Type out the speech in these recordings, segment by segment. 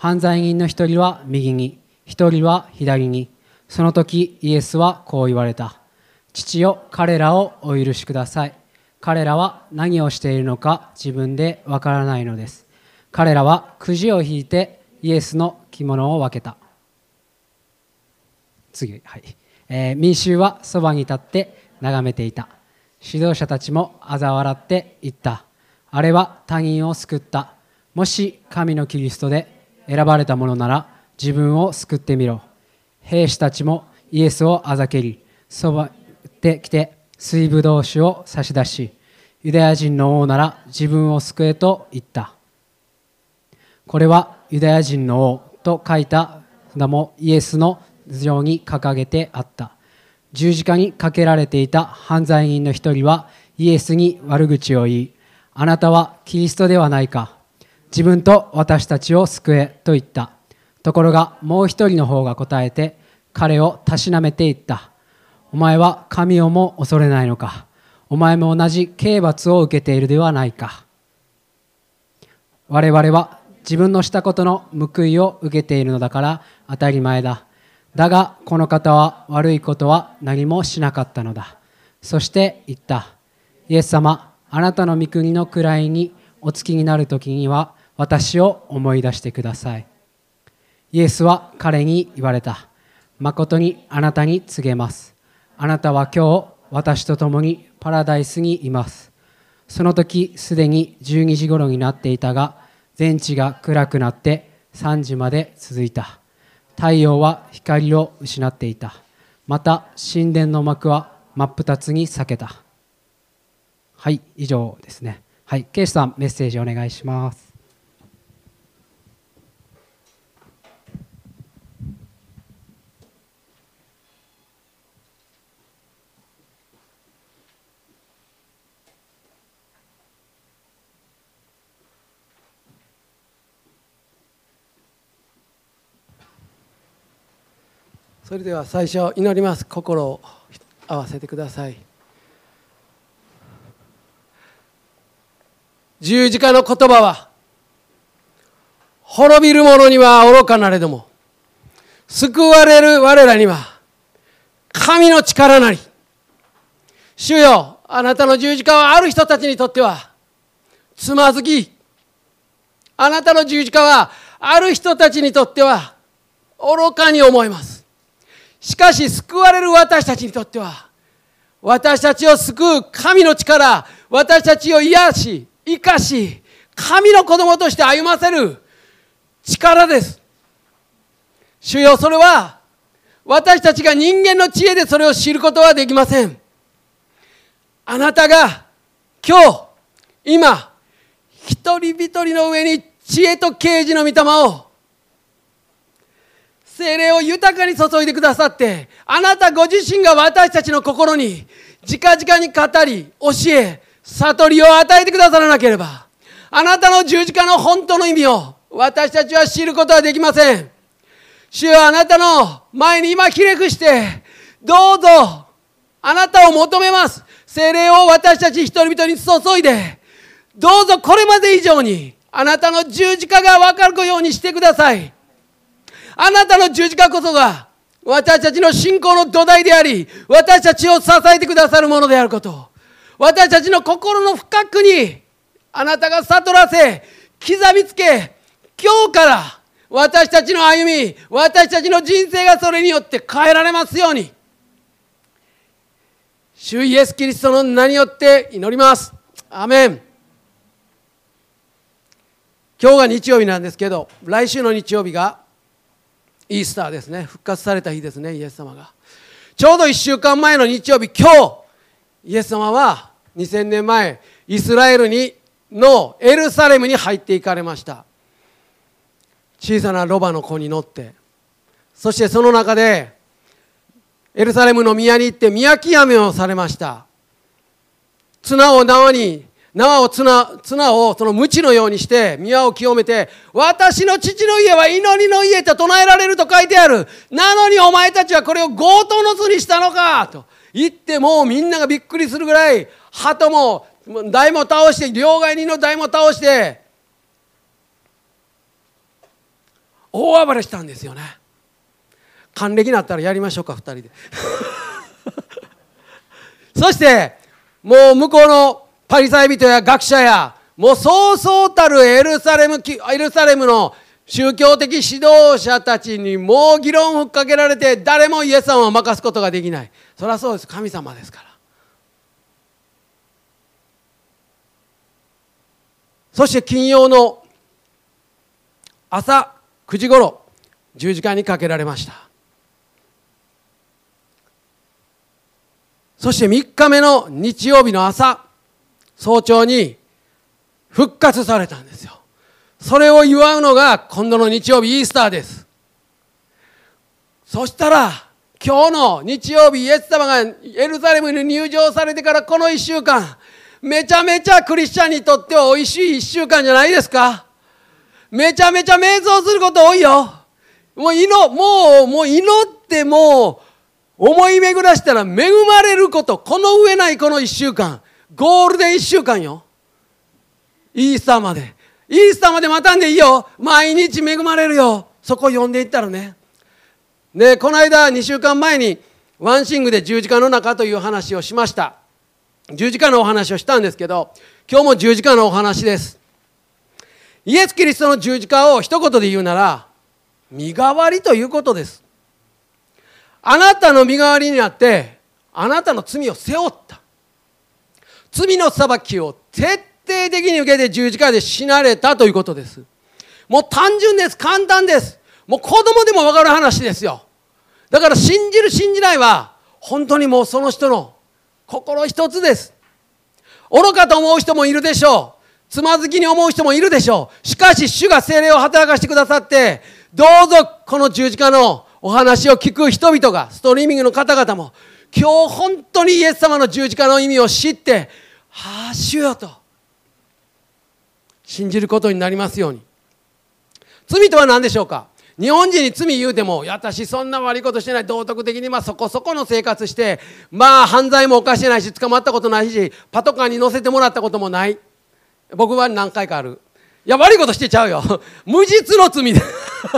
犯罪人の一人は右に、一人は左に。その時イエスはこう言われた。父よ、彼らをお許しください。彼らは何をしているのか自分でわからないのです。彼らはくじを引いてイエスの着物を分けた。次、はい。民衆はそばに立って眺めていた。指導者たちも嘲笑って言った。あれは他人を救った。もし神のキリストで選ばれたものなら自分を救ってみろ。兵士たちもイエスをあざけり、そばで来て水ぶどう酒を差し出し、ユダヤ人の王なら自分を救えと言った。これはユダヤ人の王と書いた札もイエスの頭上に掲げてあった。十字架にかけられていた犯罪人の一人はイエスに悪口を言い、あなたはキリストではないか。自分と私たちを救えと言った。ところがもう一人の方が答えて彼をたしなめて言った。お前は神をも恐れないのか。お前も同じ刑罰を受けているではないか。我々は自分のしたことの報いを受けているのだから当たり前だ。だがこの方は悪いことは何もしなかったのだ。そして言った。イエス様、あなたの御国の位にお着きになるときには私を思い出してください。イエスは彼に言われた。誠にあなたに告げます。あなたは今日私と共にパラダイスにいます。その時すでに12時頃になっていたが、全地が暗くなって3時まで続いた。太陽は光を失っていた。また神殿の幕は真っ二つに裂けた。はい、以上ですね。はい、ケイシさんメッセージお願いします。 それでは最初祈ります。心を合わせてください。十字架の言葉は、滅びる者には愚かなれども、救われる我らには神の力なり。主よ、あなたの十字架はある人たちにとってはつまずき、あなたの十字架はある人たちにとっては愚かに思えます。しかし救われる私たちにとっては、私たちを救う神の力、私たちを癒し生かし、神の子供として歩ませる力です。主よ、それは私たちが人間の知恵でそれを知ることはできません。あなたが今日今一人一人の上に知恵と啓示の御霊を、聖霊を豊かに注いでくださって、あなたご自身が私たちの心に直々に語り教え悟りを与えてくださらなければ、あなたの十字架の本当の意味を私たちは知ることはできません。主よ、あなたの前に今ひれ伏して、どうぞあなたを求めます。聖霊を私たち一人一人に注いで、どうぞこれまで以上にあなたの十字架が分かるようにしてください。あなたの十字架こそが私たちの信仰の土台であり、私たちを支えてくださるものであること、私たちの心の深くにあなたが悟らせ、刻みつけ、今日から私たちの歩み、私たちの人生がそれによって変えられますように、主イエスキリストの名によって祈ります。アーメン。今日が日曜日なんですけど、来週の日曜日がイースターですね。復活された日ですね、イエス様が。ちょうど1週間前の日曜日、今日イエス様は2000年前イスラエルのエルサレムに入っていかれました。小さなロバの子に乗って、そしてその中でエルサレムの宮に行って宮清めをされました。綱をその鞭のようにして宮を清めて、私の父の家は祈りの家と唱えられると書いてある。なのにお前たちはこれを強盗の巣にしたのかと言って、もうみんながびっくりするぐらい、鳩も台も倒して、両替人の台も倒して、 大暴れしたんですよね。還暦になったらやりましょうか、2人でそしてもう向こうのパリサイ人や学者やもうそうそうたるエルサレムの宗教的指導者たちにもう議論をふっかけられて、誰もイエス様を任すことができない。そりゃそうです、神様ですから。そして金曜の朝9時ごろ十字架にかけられました。そして3日目の日曜日の朝早朝に復活されたんですよ。それを祝うのが今度の日曜日イースターです。そしたら今日の日曜日イエス様がエルサレムに入場されてからこの1週間、めちゃめちゃクリスチャンにとってはおいしい1週間じゃないですか。めちゃめちゃ瞑想すること多いよ。もう祈ってもう思い巡らしたら恵まれること、この上ないこの1週間、ゴールデン1週間よ。イースターまで待たんでいいよ。毎日恵まれるよ。そこ読んでいったらね。でこの間2週間前にワンシングで十字架の中という話をしました。十字架のお話をしたんですけど、今日も十字架のお話です。イエス・キリストの十字架を一言で言うなら身代わりということです。あなたの身代わりになってあなたの罪を背負った。罪の裁きを徹底的に受けて十字架で死なれたということです。もう単純です。簡単です。もう子供でも分かる話ですよ。だから信じる信じないは本当にもうその人の心一つです。愚かと思う人もいるでしょう。つまずきに思う人もいるでしょう。しかし主が聖霊を働かせてくださって、どうぞこの十字架のお話を聞く人々が、ストリーミングの方々も今日本当にイエス様の十字架の意味を知って、はあ主よと信じることになりますように。罪とは何でしょうか。日本人に罪言うても、私そんな悪いことしてない、道徳的にそこそこの生活して、犯罪も犯してないし、捕まったことないし、パトカーに乗せてもらったこともない。僕は何回かある。いや悪いことしてちゃうよ無実の罪で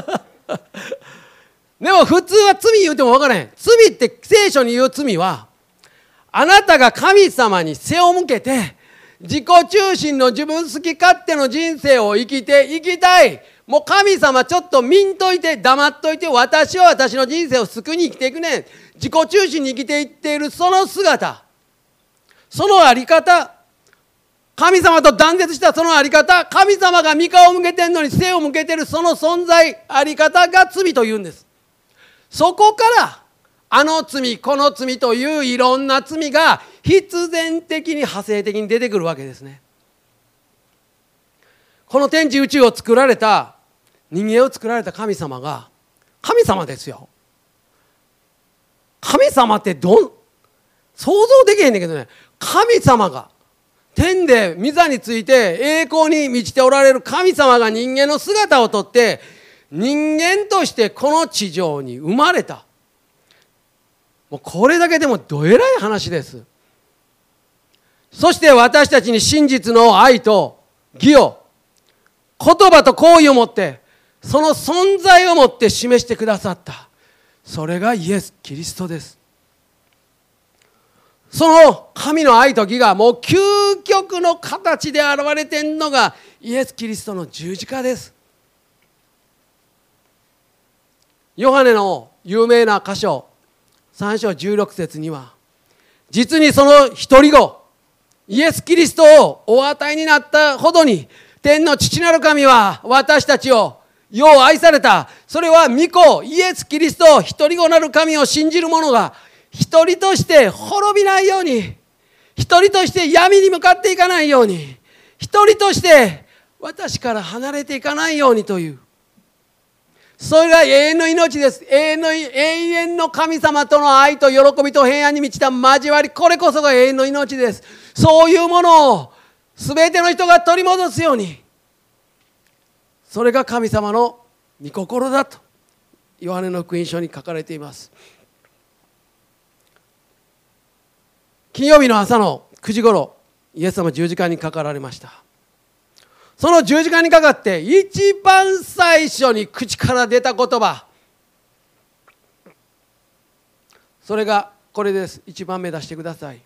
でも普通は罪言うても分からへん。罪って聖書に言う罪は、あなたが神様に背を向けて自己中心の自分好き勝手の人生を生きていきたい。もう神様ちょっと見んといて、黙っといて、私は私の人生を救いに生きていくねん。自己中心に生きていっているその姿、そのあり方、神様と断絶したそのあり方、神様が御顔を向けてんのに背を向けてるその存在、あり方が罪というんです。そこからあの罪この罪といういろんな罪が必然的に派生的に出てくるわけですね。この天地宇宙を作られた、人間を作られた神様が神様ですよ。神様って想像できへんねんけどね、神様が天で御座について栄光に満ちておられる神様が人間の姿をとって人間としてこの地上に生まれた。もうこれだけでもどえらい話です。そして私たちに真実の愛と義を、言葉と行為をもって、その存在をもって示してくださった。それがイエス・キリストです。その神の愛と義がもう究極の形で現れているのがイエス・キリストの十字架です。ヨハネの有名な箇所3章16節には、実にその一人子イエス・キリストをお与えになったほどに天の父なる神は私たちをよう愛された。それは御子イエス・キリスト一人子なる神を信じる者が一人として滅びないように、一人として闇に向かっていかないように、一人として私から離れていかないようにという、それが永遠の命です。永遠の神様との愛と喜びと平安に満ちた交わり、これこそが永遠の命です。そういうものを全ての人が取り戻すように、それが神様の御心だとヨハネの福音書に書かれています。金曜日の朝の9時ごろ、イエス様十字架にかかられました。 その十字架にかかって一番最初に口から出た言葉、それがこれです。1番目出してください。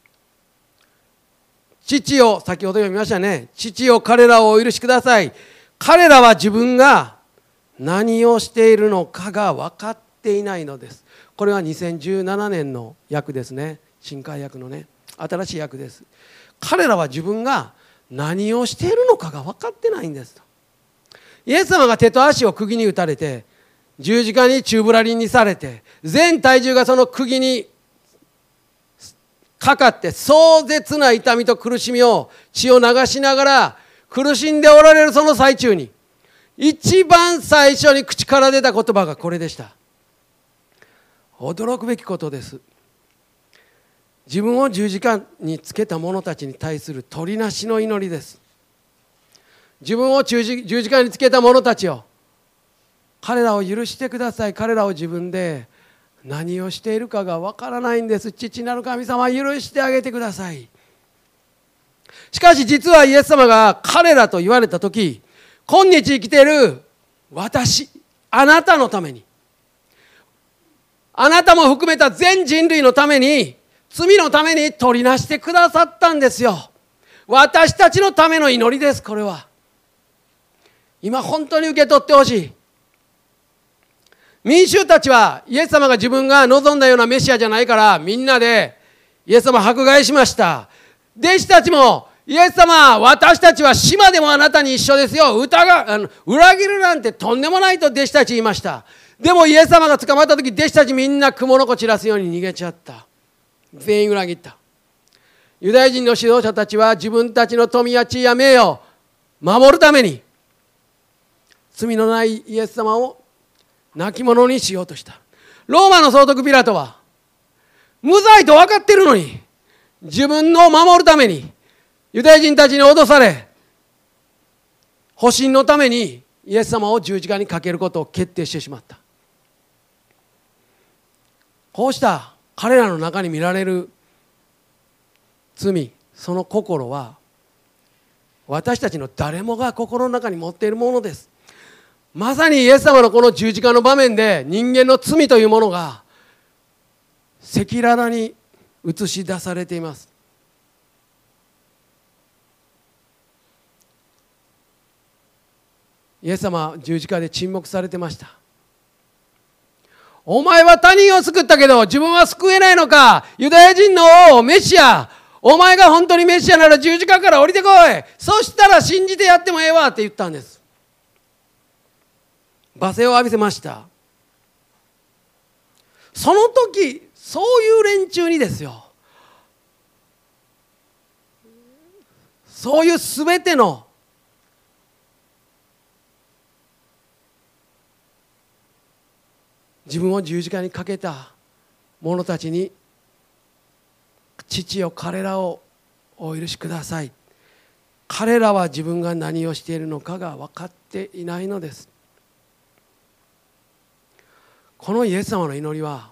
父よ、先ほど読みましたね。父よ、彼らをお許しください。彼らは自分が何をしているのかが分かっていないのです。これは2017年の訳ですね。新海訳のね、新しい訳です。彼らは自分が何をしているのかが分かってないんですと。イエス様が手と足を釘に打たれて、十字架に宙ぶらりんにされて、全体重がその釘にかかって壮絶な痛みと苦しみを血を流しながら苦しんでおられるその最中に、一番最初に口から出た言葉がこれでした。驚くべきことです。自分を十字架につけた者たちに対する取りなしの祈りです。自分を十字架につけた者たちを、彼らを許してください。彼らを自分で何をしているかがわからないんです。父なる神様、許してあげてください。しかし実はイエス様が彼らと言われたとき、今日生きている私、あなたのために、あなたも含めた全人類のために、罪のために取りなしてくださったんですよ。私たちのための祈りです。これは今本当に受け取ってほしい。民衆たちはイエス様が自分が望んだようなメシアじゃないから、みんなでイエス様を迫害しました。弟子たちも、イエス様、私たちは島でもあなたに一緒ですよ。裏切るなんてとんでもないと弟子たち言いました。でもイエス様が捕まった時、弟子たちみんな蜘蛛の子散らすように逃げちゃった。全員裏切った。ユダヤ人の指導者たちは自分たちの富や地位や名誉を守るために、罪のないイエス様を亡き者にしようとした。ローマの総督ピラトは無罪と分かっているのに、自分の守るためにユダヤ人たちに脅され、保身のためにイエス様を十字架にかけることを決定してしまった。こうした彼らの中に見られる罪、その心は私たちの誰もが心の中に持っているものです。まさにイエス様のこの十字架の場面で、人間の罪というものが赤裸々に映し出されています。イエス様は十字架で沈黙されてました。お前は他人を救ったけど自分は救えないのか。ユダヤ人の王メシア、お前が本当にメシアなら十字架から降りてこい。そしたら信じてやってもええわって言ったんです。罵声を浴びせました。その時、そういう連中にですよ、そういうすべての自分を十字架にかけた者たちに、父よ、彼らをお許しください。彼らは自分が何をしているのかが分かっていないのです。このイエス様の祈りは、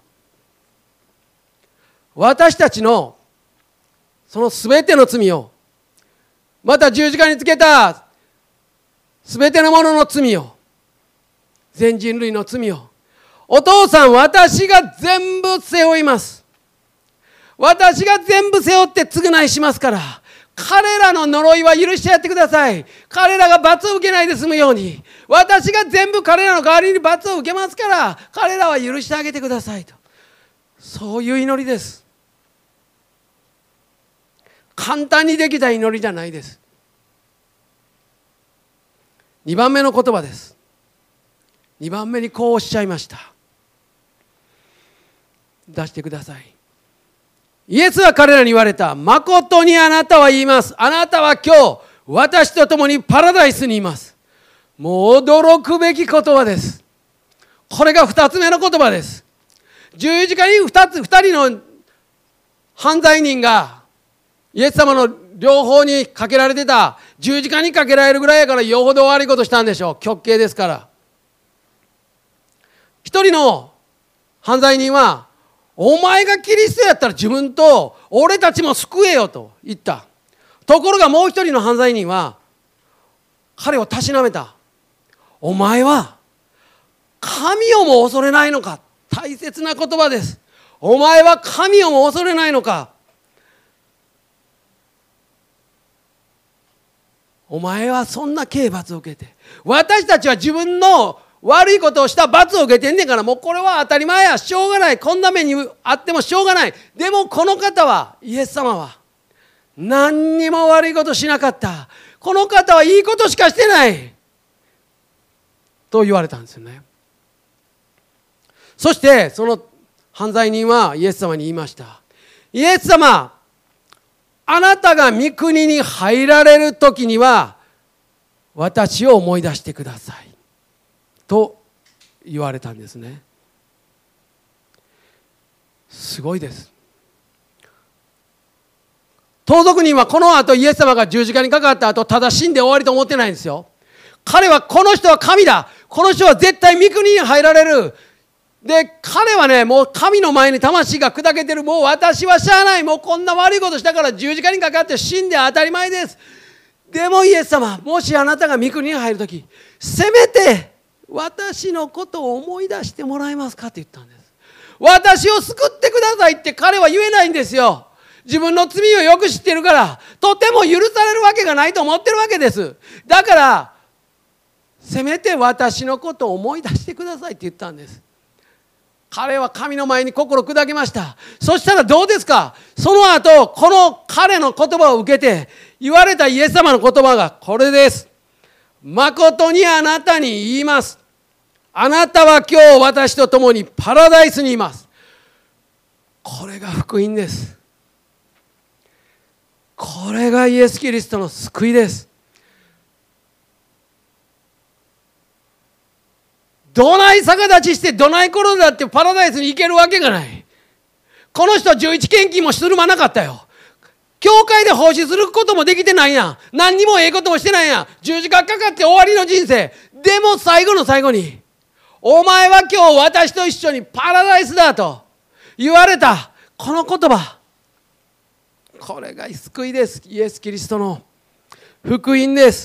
私たちのそのすべての罪を、また十字架につけたすべてのものの罪を、全人類の罪を、お父さん、私が全部背負います。私が全部背負って償いしますから、彼らの呪いは許してやってください。彼らが罰を受けないで済むように、私が全部彼らの代わりに罰を受けますから、彼らは許してあげてくださいと。そういう祈りです。簡単にできた祈りじゃないです。2番目の言葉です。2番目にこうおっしゃいました。出してください。イエスは彼らに言われた。誠にあなたは言います。あなたは今日私と共にパラダイスにいます。もう驚くべき言葉です。これが2つ目の言葉です。十字架に2人の犯罪人がイエス様の両方にかけられてた。十字架にかけられるぐらいやからよほど悪いことしたんでしょう。極刑ですから。一人の犯罪人は、お前がキリストやったら自分と俺たちも救えよと言った。ところがもう一人の犯罪人は、 彼をたしなめた。お前は神をも恐れないのか。大切な言葉です。お前は神をも恐れないのか。お前はそんな刑罰を受けて、私たちは自分の悪いことをした罰を受けてんねんから、もうこれは当たり前や、しょうがない、こんな目にあってもしょうがない。でもこの方は、イエス様は何にも悪いことしなかった。この方はいいことしかしてないと言われたんですよね。そしてその犯罪人はイエス様に言いました。イエス様、あなたが御国に入られる時には私を思い出してくださいと言われたんですね。すごいです。盗賊人はこの後イエス様が十字架にかかった後、ただ死んで終わりと思ってないんですよ。彼はこの人は神だ、この人は絶対御国に入られる。で、彼はね、もう神の前に魂が砕けてる。もう私はしゃあない。もうこんな悪いことしたから十字架にかかって死んで当たり前です。でもイエス様、もしあなたが御国に入るとき、せめて私のことを思い出してもらえますかって言ったんです。私を救ってくださいって彼は言えないんですよ。自分の罪をよく知ってるから、とても許されるわけがないと思ってるわけです。だから、せめて私のことを思い出してくださいって言ったんです。彼は神の前に心砕けました。そしたらどうですか。その後、この彼の言葉を受けて言われたイエス様の言葉がこれです。誠にあなたに言います。あなたは今日私と共にパラダイスにいます。これが福音です。これがイエス・キリストの救いです。どない逆立ちしてどない転んだってパラダイスに行けるわけがない。この人は11献金もするまなかったよ。教会で奉仕することもできてないやん。何にもええこともしてないやん。十字架かかって終わりの人生。でも最後の最後に、お前は今日私と一緒にパラダイスだと言われたこの言葉。これが救いです。イエス・キリストの福音です。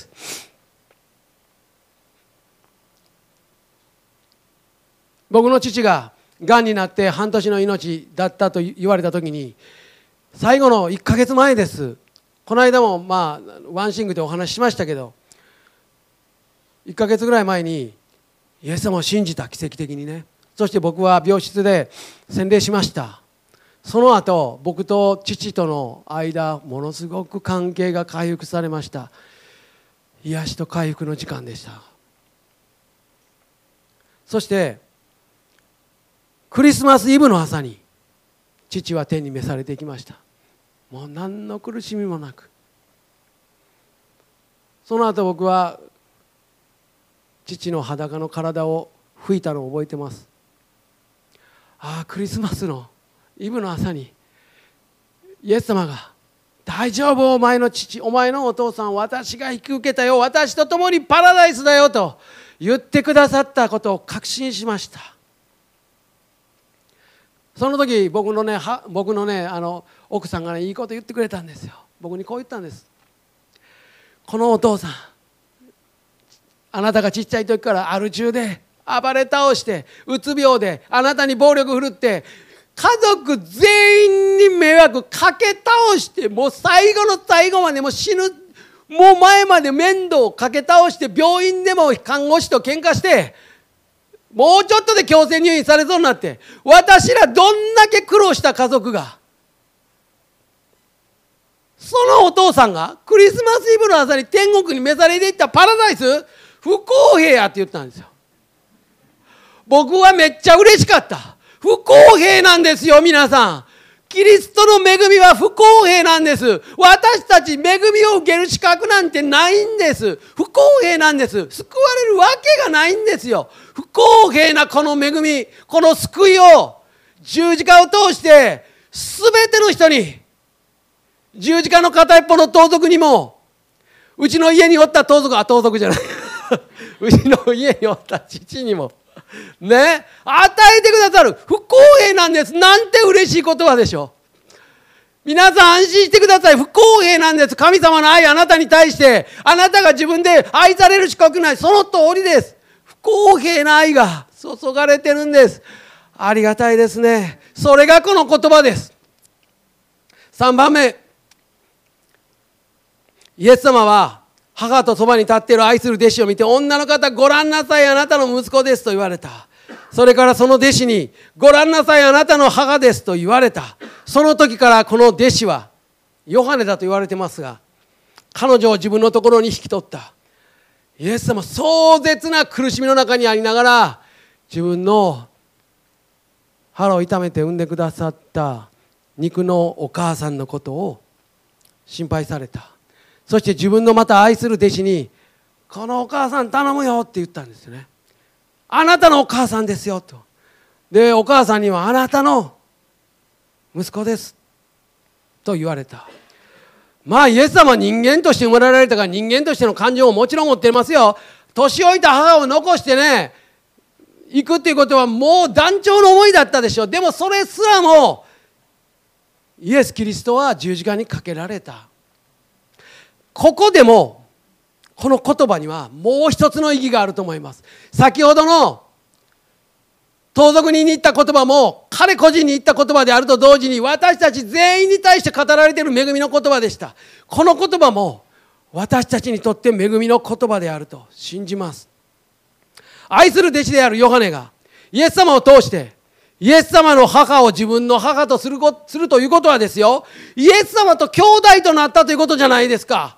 僕の父ががんになって半年の命だったと言われた時に、最後の1ヶ月前です。この間もワンシングでお話ししましたけど、1ヶ月ぐらい前にイエス様を信じた、奇跡的にね。そして僕は病室で洗礼しました。その後僕と父との間、ものすごく関係が回復されました。癒しと回復の時間でした。そしてクリスマスイブの朝に父は天に召されていきました。もう何の苦しみもなく。その後僕は父の裸の体を拭いたのを覚えてます。ああ、クリスマスのイブの朝にイエス様が大丈夫、お前の父、お前のお父さん、私が引き受けたよ、私と共にパラダイスだよと言ってくださったことを確信しました。その時僕のね奥さんがね、いいこと言ってくれたんですよ。僕にこう言ったんです。このお父さん、あなたがちっちゃい時からアル中で暴れ倒して、うつ病であなたに暴力振るって、家族全員に迷惑かけ倒して、もう最後の最後までもう死ぬ、もう前まで面倒をかけ倒して、病院でも看護師と喧嘩して、もうちょっとで強制入院されそうになって、私らどんだけ苦労した家族が、そのお父さんがクリスマスイブの朝に天国に召されていったパラダイス、不公平やって言ったんですよ。僕はめっちゃ嬉しかった。不公平なんですよ、皆さん。キリストの恵みは不公平なんです。私たち恵みを受ける資格なんてないんです。不公平なんです。救われるわけがないんですよ。不公平なこの恵み、この救いを十字架を通して全ての人に、十字架の片一方の盗賊にも、うちの家におった盗賊じゃないうちの家におった父にもね、与えてくださる。不公平なんです。なんて嬉しい言葉でしょう。 皆さん安心してください。不公平なんです。神様の愛あなたに対して、あなたが自分で愛される資格ない。その通りです。不公平な愛が注がれてるんです。ありがたいですね。それがこの言葉です。3番目、イエス様は母とそばに立っている愛する弟子を見て、女の方ご覧なさい、あなたの息子ですと言われた。それからその弟子に、ご覧なさい、あなたの母ですと言われた。その時からこの弟子はヨハネだと言われてますが、彼女を自分のところに引き取った。イエス様、壮絶な苦しみの中にありながら、自分の腹を痛めて産んでくださった肉のお母さんのことを心配された。そして自分のまた愛する弟子に、このお母さん頼むよって言ったんですよね。あなたのお母さんですよと。で、お母さんには、あなたの息子ですと言われた。まあイエス様は人間として生まれられたから、人間としての感情ももちろん持っていますよ。年老いた母を残してね行くっていうことはもう断腸の思いだったでしょう。でもそれすらもイエス・キリストは十字架にかけられた。ここでもこの言葉にはもう一つの意義があると思います。先ほどの盗賊人に言った言葉も彼個人に言った言葉であると同時に、私たち全員に対して語られている恵みの言葉でした。この言葉も私たちにとって恵みの言葉であると信じます。愛する弟子であるヨハネがイエス様を通してイエス様の母を自分の母とするということはですよ、イエス様と兄弟となったということじゃないですか。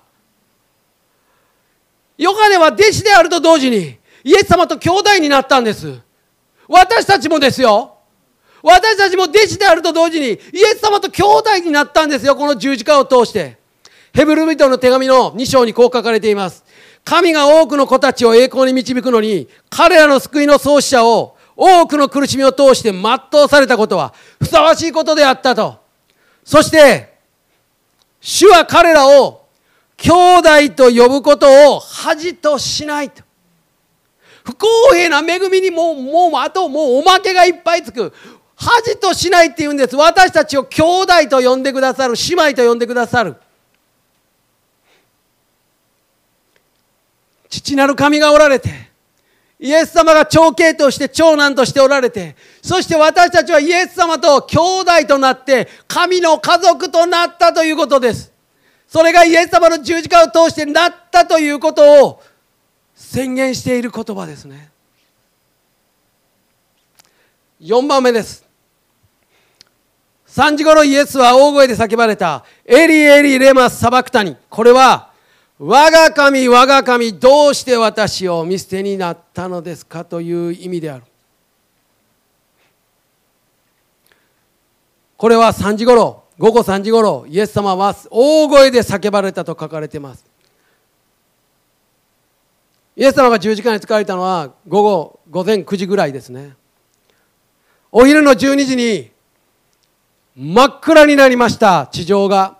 ヨハネは弟子であると同時にイエス様と兄弟になったんです。私たちもですよ。私たちも弟子であると同時にイエス様と兄弟になったんですよ。この十字架を通して。ヘブル人の手紙の2章にこう書かれています。神が多くの子たちを栄光に導くのに、彼らの救いの創始者を多くの苦しみを通して全うされたことはふさわしいことであったと。そして主は彼らを兄弟と呼ぶことを恥としないと。不公平な恵みにもうおまけがいっぱいつく。恥としないって言うんです。私たちを兄弟と呼んでくださる、姉妹と呼んでくださる。父なる神がおられて、イエス様が長兄として長男としておられて、そして私たちはイエス様と兄弟となって神の家族となったということです。それがイエス様の十字架を通してなったということを宣言している言葉ですね。4番目です。3時頃イエスは大声で叫ばれた。エリエリレマサバクタニ。これは我が神我が神、どうして私を見捨てになったのですかという意味である。これは午後3時頃イエス様は大声で叫ばれたと書かれています。イエス様が十字架につかれたのは午前9時ぐらいですね。お昼の12時に真っ暗になりました。地上が。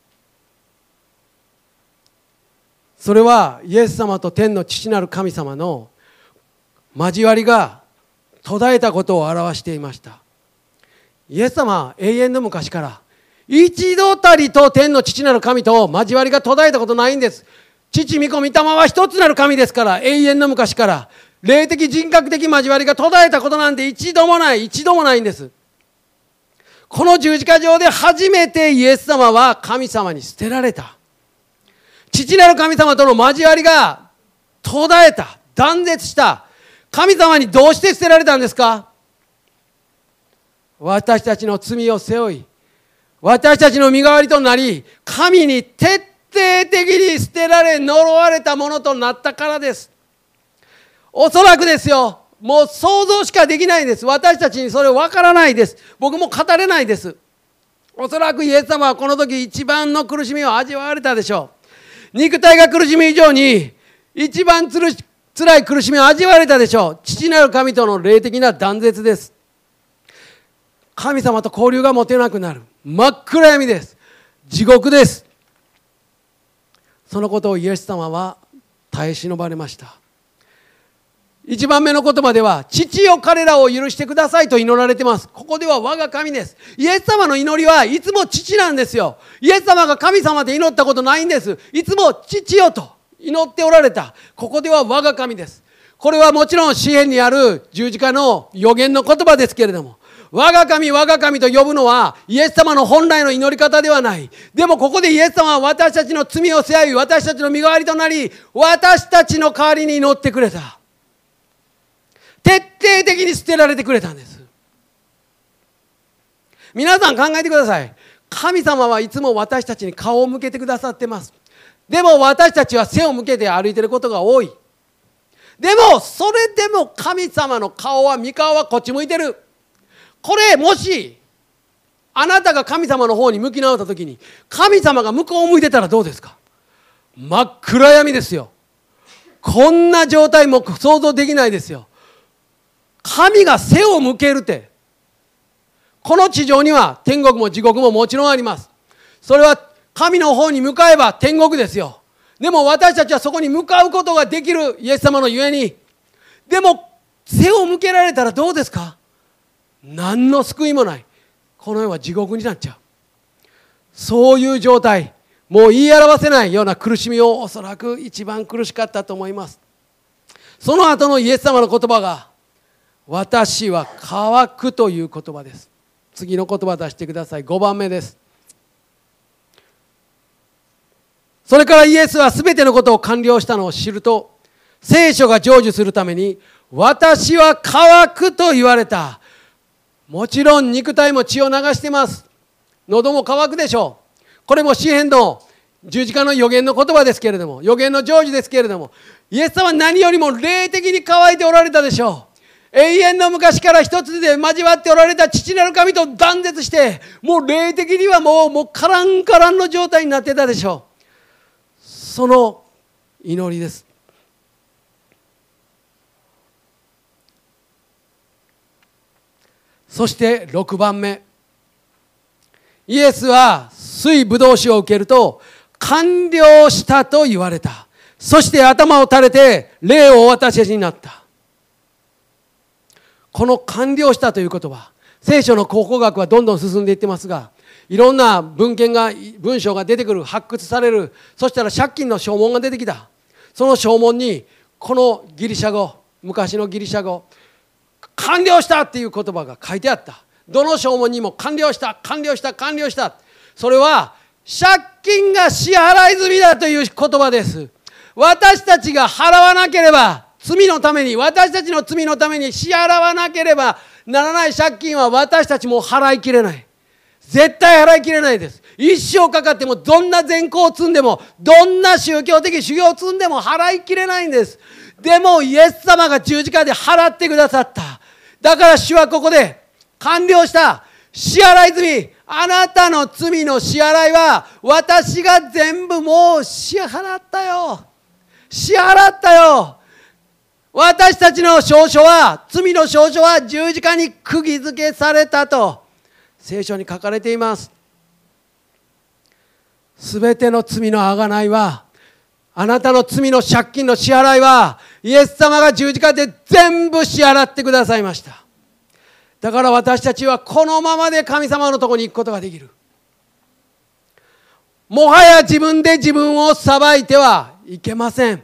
それはイエス様と天の父なる神様の交わりが途絶えたことを表していました。イエス様は永遠の昔から一度たりと天の父なる神と交わりが途絶えたことないんです。父御子御霊は一つなる神ですから、永遠の昔から霊的人格的交わりが途絶えたことなんて一度もないんです。この十字架上で初めてイエス様は神様に捨てられた。父なる神様との交わりが途絶えた、断絶した。神様にどうして捨てられたんですか？私たちの罪を背負い、私たちの身代わりとなり、神に徹底的に捨てられ呪われたものとなったからです。おそらくですよ、もう想像しかできないです。私たちにそれ分からないです。僕も語れないです。おそらくイエス様はこの時一番の苦しみを味わわれたでしょう。肉体が苦しみ以上に一番つらい苦しみを味わわれたでしょう。父なる神との霊的な断絶です。神様と交流が持てなくなる。真っ暗闇です。地獄です。そのことをイエス様は耐え忍ばれました。 1番目の言葉では、父よ彼らを許してくださいと祈られています。ここでは我が神です。イエス様の祈りはいつも父なんですよ。イエス様が神様で祈ったことないんです。いつも父よと祈っておられた。ここでは我が神です。これはもちろん詩篇にある十字架の予言の言葉ですけれども、我が神我が神と呼ぶのはイエス様の本来の祈り方ではない。でもここでイエス様は私たちの罪を背負い、私たちの身代わりとなり、私たちの代わりに祈ってくれた。徹底的に捨てられてくれたんです。皆さん考えてください。神様はいつも私たちに顔を向けてくださってます。でも私たちは背を向けて歩いていることが多い。でもそれでも神様の顔は、御顔はこっち向いてる。これもしあなたが神様の方に向き直った時に、神様が向こうを向いてたらどうですか？真っ暗闇ですよ。こんな状態も想像できないですよ。神が背を向けるって、この地上には天国も地獄ももちろんあります。それは神の方に向かえば天国ですよ。でも私たちはそこに向かうことができるイエス様のゆえに、でも背を向けられたらどうですか？何の救いもない。この世は地獄になっちゃう。そういう状態、もう言い表せないような苦しみをおそらく一番苦しかったと思います。その後のイエス様の言葉が、私は乾くという言葉です。次の言葉出してください。5番目です。それからイエスはすべてのことを完了したのを知ると、聖書が成就するために、私は乾くと言われた。もちろん肉体も血を流しています。喉も乾くでしょう。これも詩篇の十字架の予言の言葉ですけれども、予言の成就ですけれども、イエス様は何よりも霊的に乾いておられたでしょう。永遠の昔から一つで交わっておられた父なる神と断絶して、もう霊的にはもうカランカランの状態になってたでしょう。その祈りです。そして6番目、イエスは水ぶどう酒を受けると完了したと言われた。そして頭を垂れて霊をお渡しになった。この完了したという言葉、聖書の考古学はどんどん進んでいってますが、いろんな文章が出てくる、発掘される。そしたら借金の証文が出てきた。その証文にこのギリシャ語、昔のギリシャ語、完了したっていう言葉が書いてあった。どの証文にも完了した完了した完了した。それは借金が支払い済みだという言葉です。私たちが払わなければ、罪のために、私たちの罪のために支払わなければならない借金は私たちも払いきれない。絶対払いきれないです。一生かかっても、どんな善行を積んでも、どんな宗教的修行を積んでも払いきれないんです。でもイエス様が十字架で払ってくださった。だから主はここで完了した、支払い済み、あなたの罪の支払いは私が全部もう支払ったよ。支払ったよ。私たちの証書は、罪の証書は十字架に釘付けされたと聖書に書かれています。すべての罪の贖いは、あなたの罪の借金の支払いは、イエス様が十字架で全部支払ってくださいました。だから私たちはこのままで神様のところに行くことができる。もはや自分で自分を裁いてはいけません。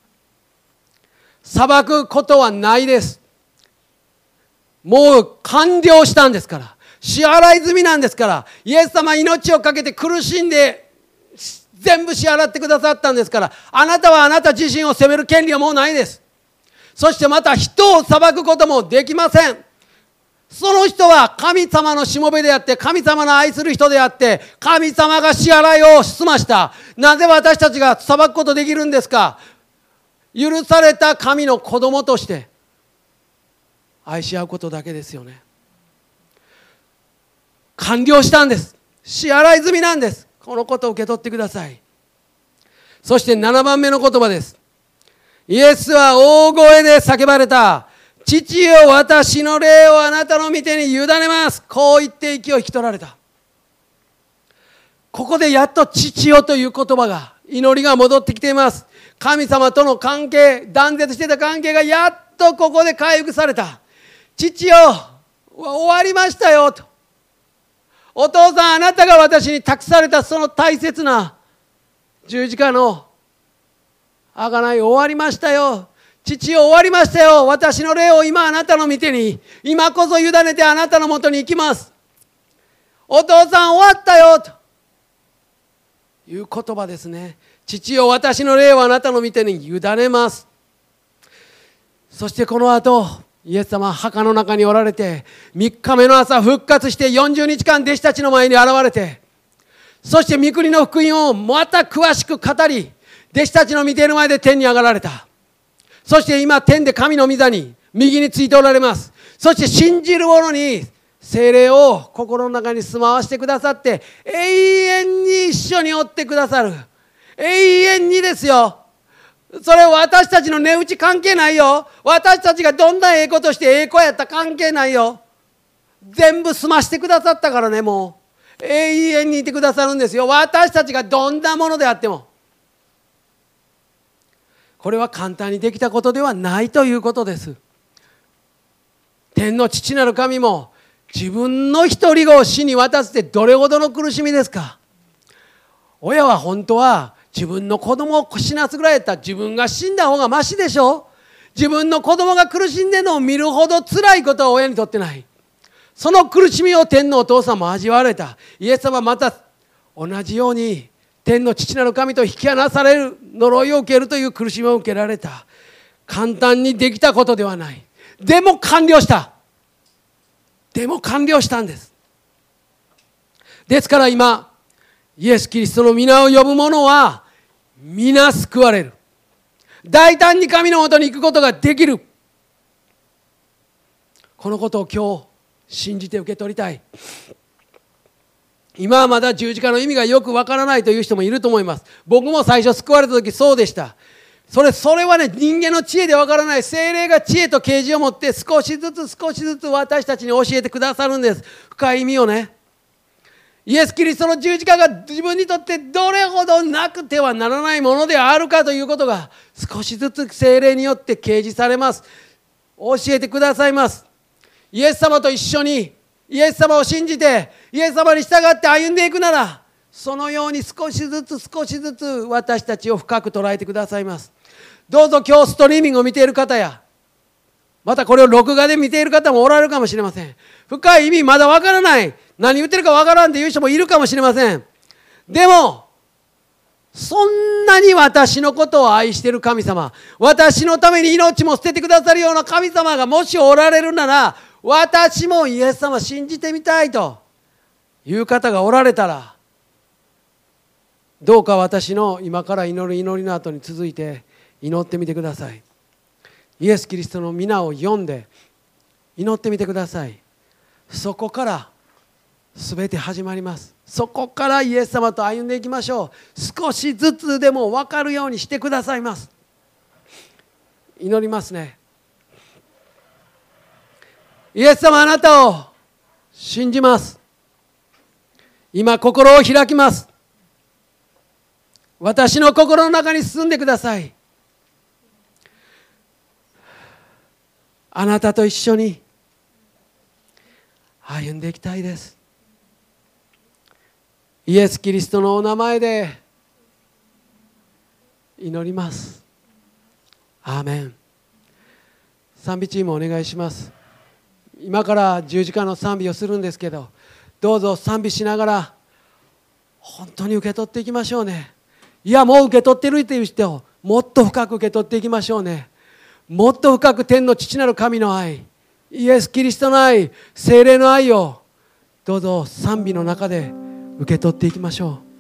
裁くことはないです。もう完了したんですから。支払い済みなんですから。イエス様は命を懸けて苦しんで全部支払ってくださったんですから、あなたはあなた自身を責める権利はもうないです。そしてまた人を裁くこともできません。その人は神様のしもべであって、神様の愛する人であって、神様が支払いを済ました。なぜ私たちが裁くことできるんですか？許された神の子供として愛し合うことだけですよね。完了したんです。支払い済みなんです。このことを受け取ってください。そして7番目の言葉です。イエスは大声で叫ばれた。父よ、私の霊をあなたの御手に委ねます。こう言って息を引き取られた。ここでやっと父よという言葉が、祈りが戻ってきています。神様との関係、断絶していた関係がやっとここで回復された。父よ、終わりましたよと。お父さん、あなたが私に託されたその大切な十字架の贖い終わりましたよ。父よ、終わりましたよ。私の霊を今あなたの御手に、今こそ委ねてあなたのもとに行きます。お父さん、終わったよという言葉ですね。父よ、私の霊をあなたの御手に委ねます。そしてこの後、イエス様は墓の中におられて、3日目の朝復活して40日間弟子たちの前に現れて、そして御国の福音をまた詳しく語り、弟子たちの御手の前で天に上がられた。そして今天で神の御座に右についておられます。そして信じる者に聖霊を心の中に住まわしてくださって、永遠に一緒におってくださる。永遠にですよ。それは私たちの値打ち関係ないよ。私たちがどんなええことしてええ子やった関係ないよ。全部済ましてくださったからね、もう永遠にいてくださるんですよ。私たちがどんなものであっても。これは簡単にできたことではないということです。天の父なる神も自分の一人子を死に渡すってどれほどの苦しみですか。親は本当は自分の子供を死なすぐらいやったら自分が死んだ方がましでしょ。自分の子供が苦しんでるのを見るほど辛いことは親にとってない。その苦しみを天のお父さんも味わわれた。イエス様はまた同じように天の父なる神と引き離される、呪いを受けるという苦しみを受けられた。簡単にできたことではない。でも完了した。でも完了したんです。ですから今、イエス・キリストの皆を呼ぶ者は皆救われる。大胆に神のもとに行くことができる。このことを今日信じて受け取りたい。今はまだ十字架の意味がよくわからないという人もいると思います。僕も最初救われた時そうでした。それはね、人間の知恵でわからない。聖霊が知恵と啓示を持って少しずつ私たちに教えてくださるんです。深い意味をね。イエス・キリストの十字架が自分にとってどれほどなくてはならないものであるかということが少しずつ聖霊によって啓示されます。教えてくださいます。イエス様と一緒にイエス様を信じてイエス様に従って歩んでいくなら、そのように少しずつ私たちを深く捉えてくださいます。どうぞ今日ストリーミングを見ている方や、またこれを録画で見ている方もおられるかもしれません。深い意味まだわからない、何言ってるかわからんという人もいるかもしれません。でもそんなに私のことを愛している神様、私のために命も捨ててくださるような神様がもしおられるなら、私もイエス様信じてみたいという方がおられたら、どうか私の今から祈る祈りの後に続いて祈ってみてください。イエス・キリストの皆を呼んで祈ってみてください。そこから全て始まります。そこからイエス様と歩んでいきましょう。少しずつでも分かるようにしてくださいます。祈りますね。イエス様、あなたを信じます。今心を開きます。私の心の中に進んでください。あなたと一緒に歩んでいきたいです。イエス・キリストのお名前で祈ります。アーメン。賛美チームお願いします。今から十字架の賛美をするんですけど、どうぞ賛美しながら本当に受け取っていきましょうね。いや、もう受け取ってるという人をもっと深く受け取っていきましょうね。もっと深く天の父なる神の愛、イエス・キリストの愛、聖霊の愛をどうぞ賛美の中で受け取っていきましょう。